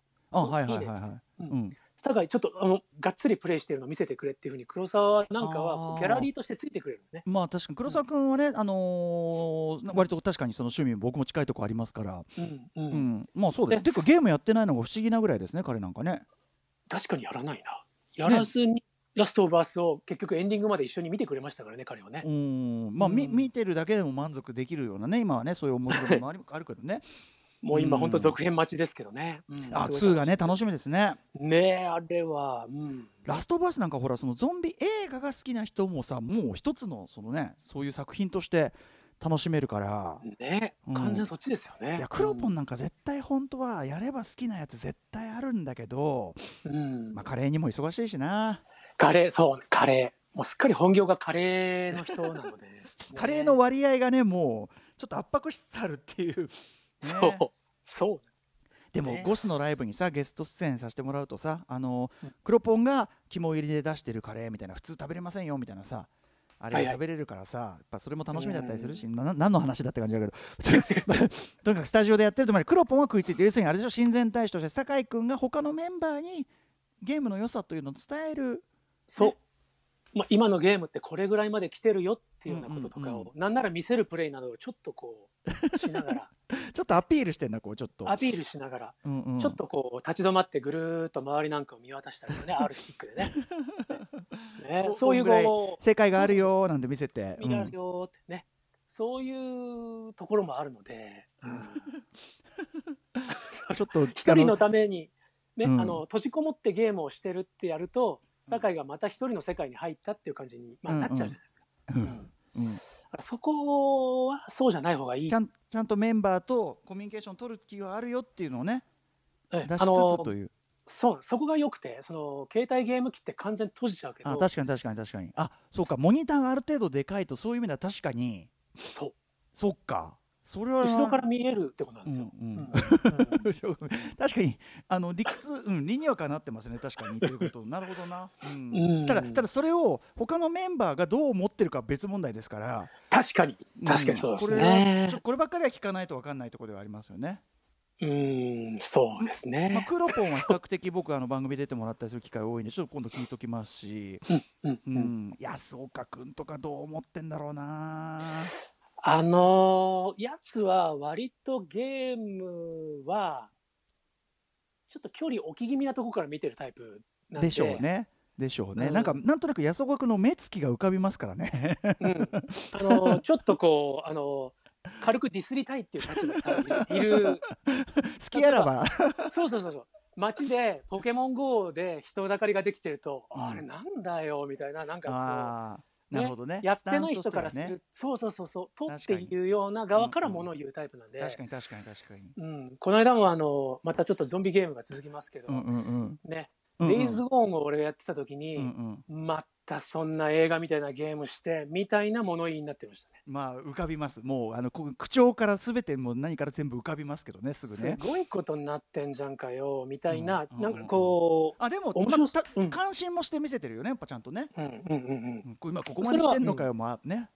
酒井ちょっとがっつりプレイしてるの見せてくれっていうふうに黒沢なんかはギャラリーとしてついてくれるんですね。 まあ確かに黒沢君はね、割と確かにその趣味僕も近いとこありますから、まあそうだよ。てかゲームやってないのが不思議なぐらいですね、彼なんかね。 確かにやらないな。やらずにラストオブアスを結局エンディングまで一緒に見てくれましたからね、彼はね。 まあ見てるだけでも満足できるようなね、今はね、そういう面白いもあるけどね。 もう今本当続編待ちですけどね。 2がね楽しみですね。 ねあれは、 ラストバースなんかほらそのゾンビ映画が好きな人もさもう一つのそのねそういう作品として楽しめるからね、完全そっちですよね。 いやクロポンなんか絶対本当はやれば好きなやつ絶対あるんだけど、まあカレーにも忙しいしな。 カレーもうすっかり本業がカレーの人なので、 カレーの割合がねもうちょっと圧迫しつつあるっていう、ね、 そうでも、ゴスのライブにさゲスト出演させてもらうとさクロポンが肝入りで出してるカレーみたいな普通食べれませんよみたいなさあれ食べれるからさ、やっぱそれも楽しみだったりするし、何の話だって感じだけどとにかくスタジオでやってるとクロポンは食いついて、要するにあれでしょ、親善大使として酒井君が他のメンバーにゲームの良さというのを伝える、 そう今のゲームってこれぐらいまで来てるよっていうようなこととかを、なんなら見せるプレイなどをちょっとこうしながらちょっとアピールしてんだこうちょっとアピールしながら、ちょっとこう立ち止まってぐるーっと周りなんかを見渡したりねR スティックでねそういうこう世界があるよーなんて見せて見られるよーってね、そういうところもあるので、 ちょっと一人のためにね、閉じこもってゲームをしてるってやると酒井がまた一人の世界に入ったっていう感じに、なっちゃうじゃないですか。そこはそうじゃない方がいい。 ちゃんとメンバーとコミュニケーション取る気はあるよっていうのをね、出しつつという。 そこが良くて、その携帯ゲーム機って完全に閉じちゃうけど。 確かにそうか、モニターがある程度でかいとそういう意味では確かにそうか。それは後ろから見えるってことなんですよ。 確かに理にはかなってますね、確かにということ。なるほどな。ただそれを他のメンバーがどう思ってるかは別問題ですから。 確かにそうですね。 こればっかりは聞かないと分かんないところではありますよね。 そうですね。 クロポンは比較的僕番組出てもらったりする機会多いんでちょっと今度聞いときますし、安岡君とかどう思ってんだろうな。 やつは割とゲームはちょっと距離置き気味なところから見てるタイプなんで。 でしょうね。なんとなく安岡君の目つきが浮かびますからね。 ちょっとこう軽くディスりたいっていう立場に多分いる。 好きあらば。 そう街でポケモン GO で人だかりができてると、あれなんだよみたいな、なんかなるほどね、 やってない人からするそうとっていうような側からものを言うタイプなんで、 確かに、 この間もまたちょっとゾンビゲームが続きますけど、ね、デイズゴーンを俺がやってた時に、またそんな映画みたいなゲームしてみたいな物言いになってましたね。 浮かびます。もう口調から全てもう何から全部浮かびますけどね、すぐね。 すごいことになってんじゃんかよみたいな、なんかこうでも関心もして見せてるよね、やっぱちゃんとね。今ここまで来てんのかよ、ね。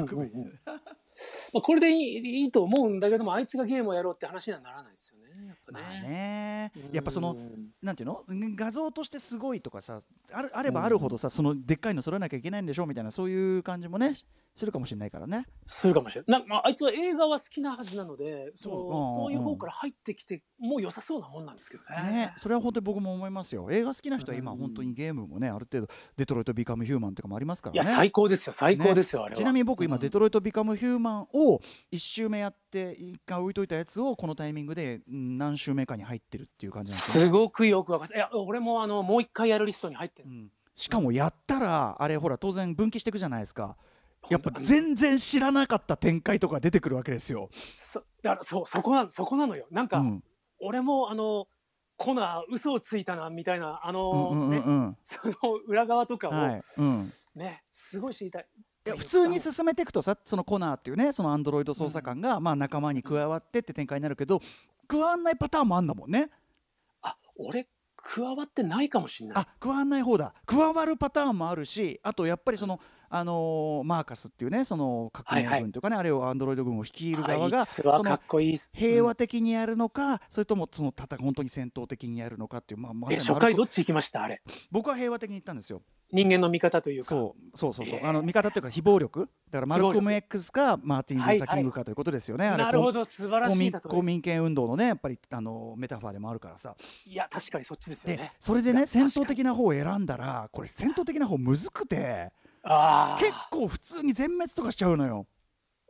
これでいいと思うんだけども、あいつがゲームをやろうって話にはならないですよね。 やっぱそのなんていうの、画像としてすごいとかさ、あればあるほどさ、そのでっかいの揃えなきゃいけないんでしょみたいな、そういう感じもねするかもしれないからね。 するかもしれない。あいつは映画は好きなはずなので、そういう方から入ってきてもう良さそうなもんなんですけどね。 それは本当に僕も思いますよ。映画好きな人は今本当にゲームもね、ある程度デトロイト・ビカム・ヒューマンとかもありますからね。 いや最高ですよ、あれは。 ちなみに僕今デトロイト・ビカム・ヒューマンを1周目やって一回置いといたやつをこのタイミングで何周目かに入ってるっていう感じなんですね。すごくよく分かった。いや俺ももう一回やるリストに入ってるんです。 しかもやったらあれほら当然分岐していくじゃないですか。やっぱ全然知らなかった展開とか出てくるわけですよ。 だからそこなのよ。なんか、俺もコナー嘘をついたなみたいなその裏側とかを、ねすごい知りたい。 普通に進めていくとさ、そのコナーっていうね、そのアンドロイド捜査官が仲間に加わってって展開になるけど、加わんないパターンもあんだもんね。 俺加わってないかもしれない。 加わんない方だ。加わるパターンもあるし、あとやっぱりそのマーカスっていうね、その革命軍というかね、あれをアンドロイド軍を率いる側がその平和的にやるのか、それともその本当に戦闘的にやるのかっていう、 初回どっち行きましたあれ？ 僕は平和的に行ったんですよ。 人間の味方というか、 そう味方というか非暴力だから、マルコム X かマーティン・ルーサー・キングかということですよね。 なるほど、素晴らしい。 公民権運動のね、やっぱりメタファーでもあるからさ。 いや確かにそっちですよね。 それでね、戦闘的な方を選んだら、これ戦闘的な方むずくて、結構普通に全滅とかしちゃうのよ。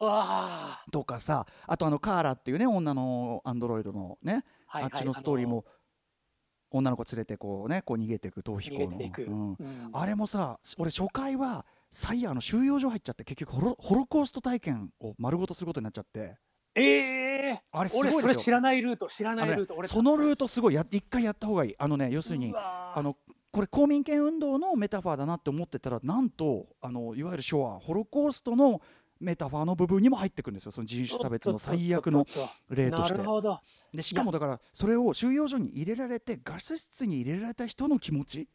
とかさ、あとカーラっていうね女のアンドロイドのね、あっちのストーリーも女の子連れてこうねこう逃げていく逃避行の、あれもさ、俺初回は収容所入っちゃって結局ホロコースト体験を丸ごとすることになっちゃって。 あれすごいですよ。俺それ知らないルート俺そのルートすごい一回やった方がいい。要するにこれ公民権運動のメタファーだなって思ってたら、なんといわゆるショアホロコーストのメタファーの部分にも入ってくるんですよ。その人種差別の最悪の例として。 なるほど。 でしかもだからそれを収容所に入れられてガス室に入れられた人の気持ち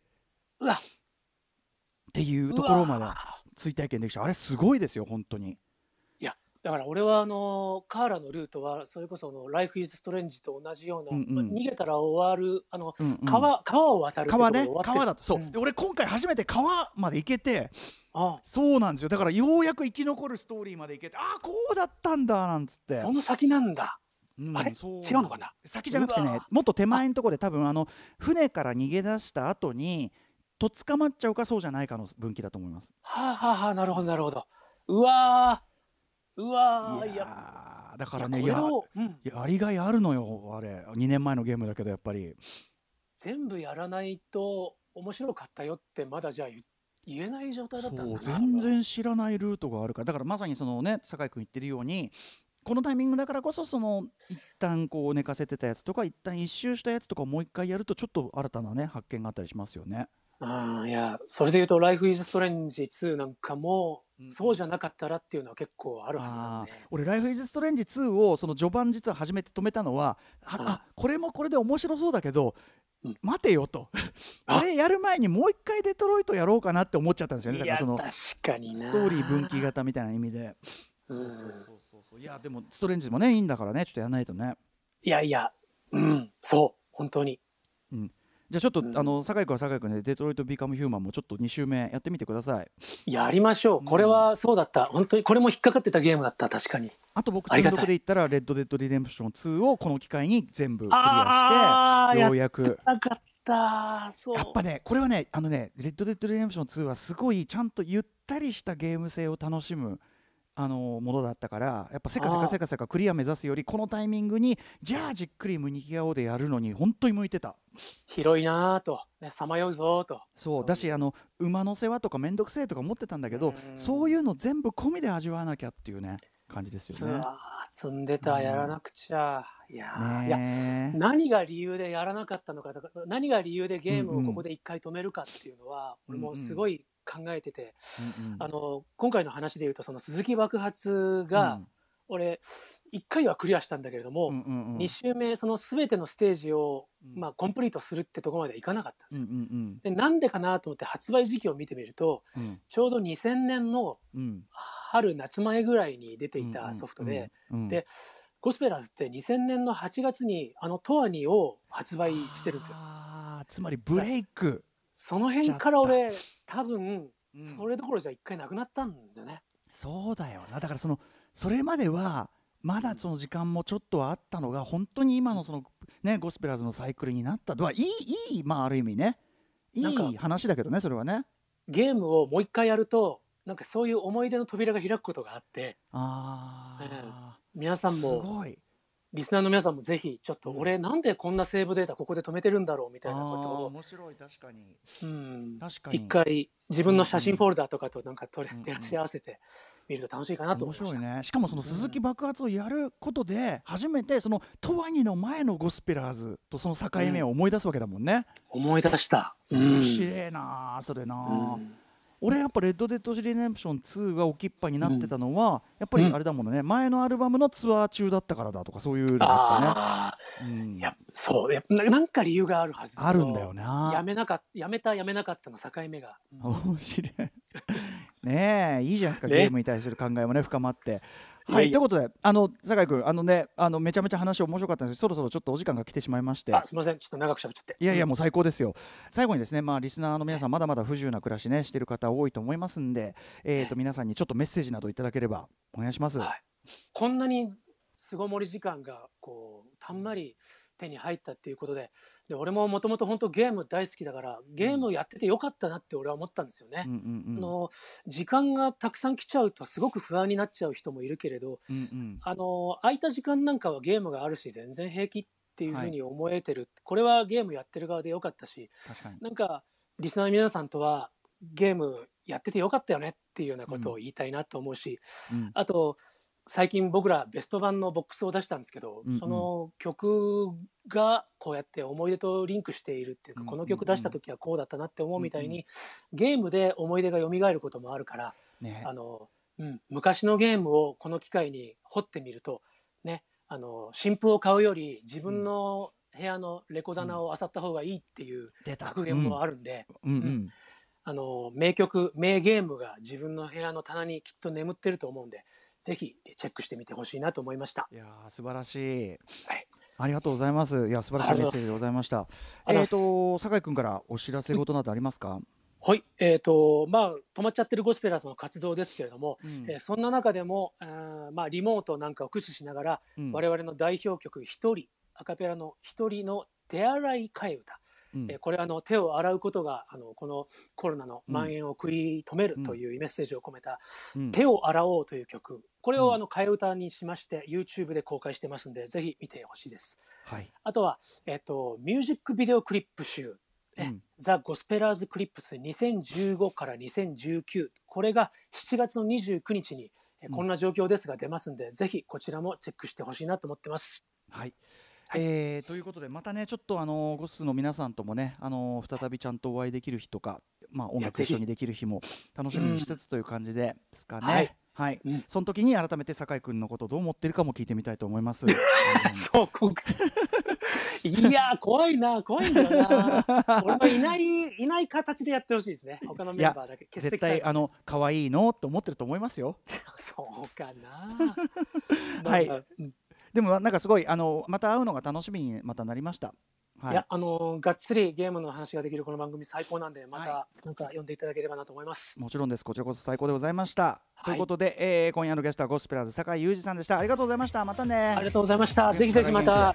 っていうところまで追体験できちゃう。あれすごいですよ本当に。 いやだから俺はカーラのルートはそれこそライフイズストレンジと同じような、逃げたら終わる川を渡るってところで終わって川だとそう、で俺今回初めて川まで行けて、そうなんですよ。だからようやく生き残るストーリーまで行けて、こうだったんだなんつって。 その先なんだ。あれ違うのかな。 先じゃなくてね、もっと手前のところで多分船から逃げ出した後にと捕まっちゃうかそうじゃないかの分岐だと思います。 なるほどなるほど。うわいやだからね、やりがいあるのよ。あれ2年前のゲームだけどやっぱり全部やらないと面白かったよってまだじゃあ言えない状態だったんだな。 そう全然知らないルートがあるから。だからまさにそのね酒井君言ってるようにこのタイミングだからこそ一旦こう寝かせてたやつとか一旦一周したやつとかをもう一回やるとちょっと新たなね発見があったりしますよね。 いやそれでいうと「ライフイズストレンジ2」なんかも、そうじゃなかったらっていうのは結構あるはずなんで、 俺「ライフイズストレンジ2」をその序盤実は初めて止めたのはこれもこれで面白そうだけど、待てよとこれやる前にもう一回デトロイトやろうかなって思っちゃったんですよね。だから確かになストーリー分岐型みたいな意味で。いやでもストレンジもねいいんだからね、ちょっとやらないとね。 いやそう本当に。 じゃあちょっと酒井君は酒井君でデトロイトビカムヒューマンもちょっと2周目やってみてください。 やりましょう。これはそうだった。本当にこれも引っかかってたゲームだった。確かに。 あと僕単独で言ったらレッドデッドリデンプション2をこの機会に全部クリアしてようやく。 なかったそう。 やっぱねこれはねレッドデッドリデンプション2はすごいちゃんとゆったりしたゲーム性を楽しむものだったから、やっぱせかクリア目指すよりこのタイミングにじゃあじっくり無にき顔でやるのに本当に向いてた。 広いなぁとさまようぞと。 そうだし馬の世話とかめんどくせえとか思ってたんだけど、そういうの全部込みで味わわなきゃっていうね感じですよね。 積んでた、やらなくちゃ。いや何が理由でやらなかったのかとか、何が理由でゲームをここで一回止めるかっていうのは、俺もすごい考えてて、今回の話でいうとその鈴木爆発が、俺1回はクリアしたんだけれども、2周目その全てのステージを、コンプリートするってところまではいかなかったんですよ。でなんでかなと思って発売時期を見てみると、ちょうど2000年の春夏前ぐらいに出ていたソフトで、ゴスペラーズって2000年の8月にトアニを発売してるんですよ。 つまりブレイク。 その辺から俺多分それどころじゃ一回なくなったんだよね。 そうだよな。だからそれまではまだその時間もちょっとはあったのが、本当に今のそのねゴスペラーズのサイクルになったのはいいある意味ねいい話だけどね、それはね。 ゲームをもう一回やるとなんかそういう思い出の扉が開くことがあって、皆さんもすごいリスナーの皆さんもぜひちょっと、俺なんでこんなセーブデータここで止めてるんだろうみたいなことを面白い。確かに一回自分の写真フォルダとかとなんか照らし合わせて見ると楽しいかなと思いました。 面白いね。しかもその鈴木爆発をやることで初めてそのトワニの前のゴスペラーズとその境目を思い出すわけだもんね。 思い出した。 面白いなそれな。俺やっぱレッドデッドリデンプション2が置きっぱになってたのは、やっぱりあれだもんね、前のアルバムのツアー中だったからだとかそういうのがいやそうなんか理由があるはず。 あるんだよな。 やめたの境目が。 面白いねえ、いいじゃないですか、ゲームに対する考えもね深まって。はい、ということで酒井君めちゃめちゃ話面白かったんですけど、そろそろちょっとお時間が来てしまいまして。 すみません、ちょっと長くしゃべっちゃって。 いやもう最高ですよ。最後にですね、リスナーの皆さんまだまだ不自由な暮らしねしてる方多いと思いますんで、皆さんにちょっとメッセージなどいただければお願いします。 こんなに巣ごもり時間がたんまり手に入ったっていうことで、俺ももともと本当ゲーム大好きだからゲームやっててよかったなって俺は思ったんですよね。時間がたくさん来ちゃうとすごく不安になっちゃう人もいるけれど、空いた時間なんかはゲームがあるし全然平気っていうふうに思えてる、これはゲームやってる側でよかったし、なんかリスナーの皆さんとはゲームやっててよかったよねっていうようなことを言いたいなと思うし、あと最近僕らベスト版のボックスを出したんですけど、その曲がこうやって思い出とリンクしているっていうか、この曲出した時はこうだったなって思うみたいに、ゲームで思い出が蘇ることもあるから、昔のゲームをこの機会に掘ってみるとね、新譜を買うより自分の部屋のレコ棚を漁った方がいいっていう格言もあるんで、名曲名ゲームが自分の部屋の棚にきっと眠ってると思うんで、ぜひチェックしてみてほしいなと思いました。 いや素晴らしい、ありがとうございます。いや素晴らしいメッセージでございました。酒井君からお知らせ事などありますか？ はい、止まっちゃってるゴスペラーズの活動ですけれども、そんな中でもリモートなんかを駆使しながら、我々の代表曲一人アカペラの一人の手洗い替え歌、これ手を洗うことがこのコロナの蔓延を食い止めるというメッセージを込めた手を洗おうという曲、これを替え歌にしまして YouTube で公開してますんで、ぜひ見てほしいです。あとはミュージックビデオクリップ集、ザ・ゴスペラーズ・クリップス2015から2019、これが7月の29日にこんな状況ですが出ますんで、ぜひこちらもチェックしてほしいなと思ってます。 ということでまたねちょっとゴスの皆さんともね再びちゃんとお会いできる日とか、音楽一緒にできる日も楽しみにしつつという感じですかね。その時に改めて酒井君のことどう思ってるかも聞いてみたいと思います。 そういや怖いんだよな。俺もいない形でやってほしいですね。他のメンバーだけ絶対可愛いのと思ってると思いますよ。 そうかな。でもなんかすごいまた会うのが楽しみにまたなりました。 いやがっつりゲームの話ができるこの番組最高なんで、またなんか呼んでいただければなと思います。 もちろんです。こちらこそ最高でございました。ということで、今夜のゲストはゴスペラーズ酒井裕二さんでした。ありがとうございました。またね。 ありがとうございました。ぜひぜひまた。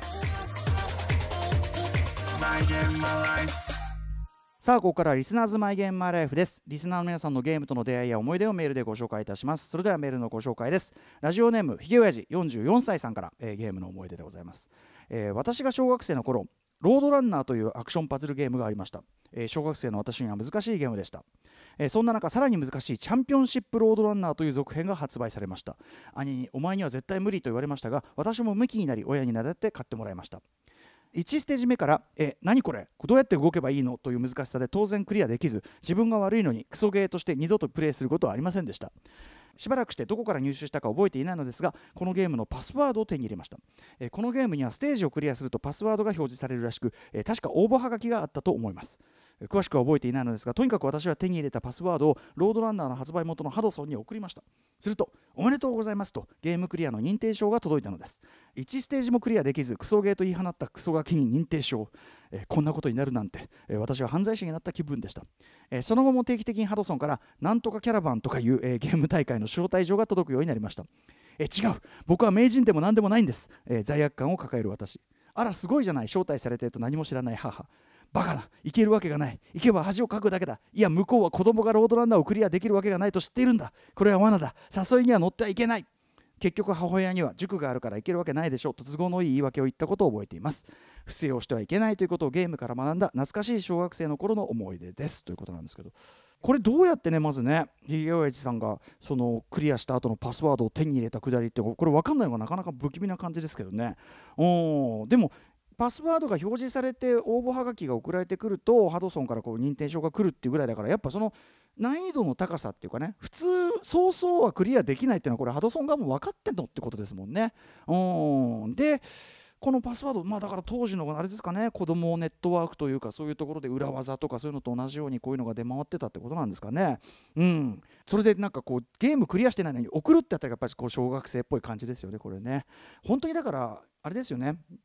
さあここからリスナーズマイゲームマイライフです。リスナーの皆さんのゲームとの出会いや思い出をメールでご紹介いたします。それではメールのご紹介です。ラジオネームひげおやじ44歳さんから、ゲームの思い出でございます。私が小学生の頃ロードランナーというアクションパズルゲームがありました。小学生の私には難しいゲームでした。そんな中さらに難しいチャンピオンシップロードランナーという続編が発売されました。兄にお前には絶対無理と言われましたが、私もムキになり親になだって買ってもらいました。1ステージ目から何これどうやって動けばいいのという難しさで当然クリアできず、自分が悪いのにクソゲーとして二度とプレイすることはありませんでした。しばらくしてどこから入手したか覚えていないのですが、このゲームのパスワードを手に入れました。このゲームにはステージをクリアするとパスワードが表示されるらしく、確か応募はがきがあったと思います。詳しくは覚えていないのですが、とにかく私は手に入れたパスワードをロードランナーの発売元のハドソンに送りました。するとおめでとうございますとゲームクリアの認定証が届いたのです。1ステージもクリアできずクソゲーと言い放ったクソガキに認定証、こんなことになるなんて、私は犯罪者になった気分でした。その後も定期的にハドソンからなんとかキャラバンとかいう、ゲーム大会の招待状が届くようになりました。違う、僕は名人でも何でもないんです。罪悪感を抱える私。あらすごいじゃない、招待されてると何も知らない母。バカな、行けるわけがない。行けば恥をかくだけだ。いや向こうは子供がロードランナーをクリアできるわけがないと知っているんだ。これは罠だ。誘いには乗ってはいけない。結局母親には塾があるから行けるわけないでしょうと都合のいい言い訳を言ったことを覚えています。不正をしてはいけないということをゲームから学んだ懐かしい小学生の頃の思い出ですということなんですけど、これどうやってねまずねひげおやじさんがそのクリアした後のパスワードを手に入れたくだりってこれ分かんないのがなかなか不気味な感じですけどね。でもパスワードが表示されて応募はがきが送られてくるとハドソンからこう認定証が来るっていうぐらいだから、やっぱその難易度の高さっていうかね、普通早々はクリアできないっていうのはこれハドソン側も分かってんのってことですもんね。でこのパスワード、だから当時のあれですかね、子どもネットワークというかそういうところで裏技とかそういうのと同じようにこういうのが出回ってたってことなんですかね。それでなんかこうゲームクリアしてないのに送るってやったらやっぱりこう小学生っぽい感じですよねこれね。本当にだからあれですよね、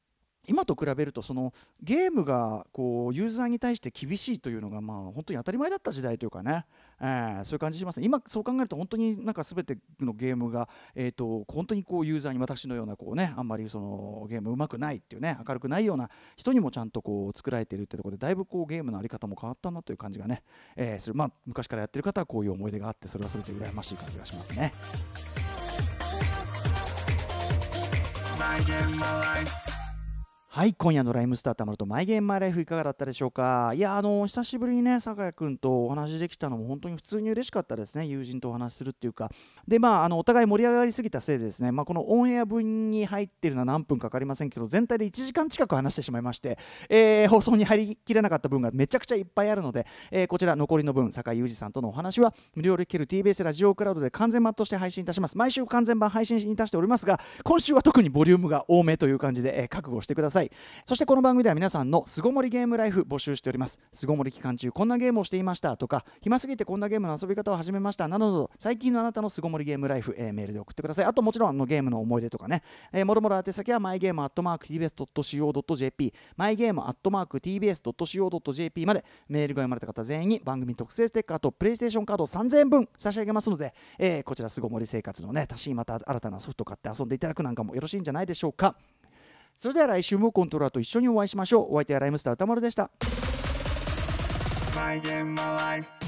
今と比べるとそのゲームがこうユーザーに対して厳しいというのが本当に当たり前だった時代というかね、そういう感じします。今そう考えると本当になんか全てのゲームが、本当にこうユーザーに私のようなこう、ね、あんまりそのゲームうまくないっていうね、明るくないような人にもちゃんとこう作られているってところでだいぶこうゲームの在り方も変わったなという感じがね、する。昔からやってる方はこういう思い出があってそれはそれで羨ましい感じがしますね。はい、今夜のライムスターたまるとマイゲームマイライフいかがだったでしょうか。いや久しぶりにね酒井君とお話できたのも本当に普通に嬉しかったですね。友人とお話しするっていうかで、お互い盛り上がりすぎたせいでですね、このオンエア分に入っているのは何分かかりませんけど全体で1時間近く話してしまいまして、放送に入りきれなかった分がめちゃくちゃいっぱいあるので、こちら残りの分酒井裕二さんとのお話は無料で聞ける TBS ラジオクラウドで完全版として配信いたします。毎週完全版配信いたしておりますが今週は特にボリュームが多めという感じで、覚悟してください。そしてこの番組では皆さんの巣ごもりゲームライフ募集しております。巣ごもり期間中こんなゲームをしていましたとか暇すぎてこんなゲームの遊び方を始めましたなどなど最近のあなたの巣ごもりゲームライフ、メールで送ってください。あともちろんゲームの思い出とかね、もろもろ宛先はmygame@tbs.co.jp mygame@tbs.co.jp まで。メールが読まれた方全員に番組特製ステッカーとプレイステーションカード3000円分差し上げますので、こちら巣ごもり生活のね足しにまた新たなソフトを買って遊んでいただくなんかもよろしいんじゃないでしょうか。それでは来週もコントローラーと一緒にお会いしましょう。お相手はライムスター歌丸でした。My game, my life.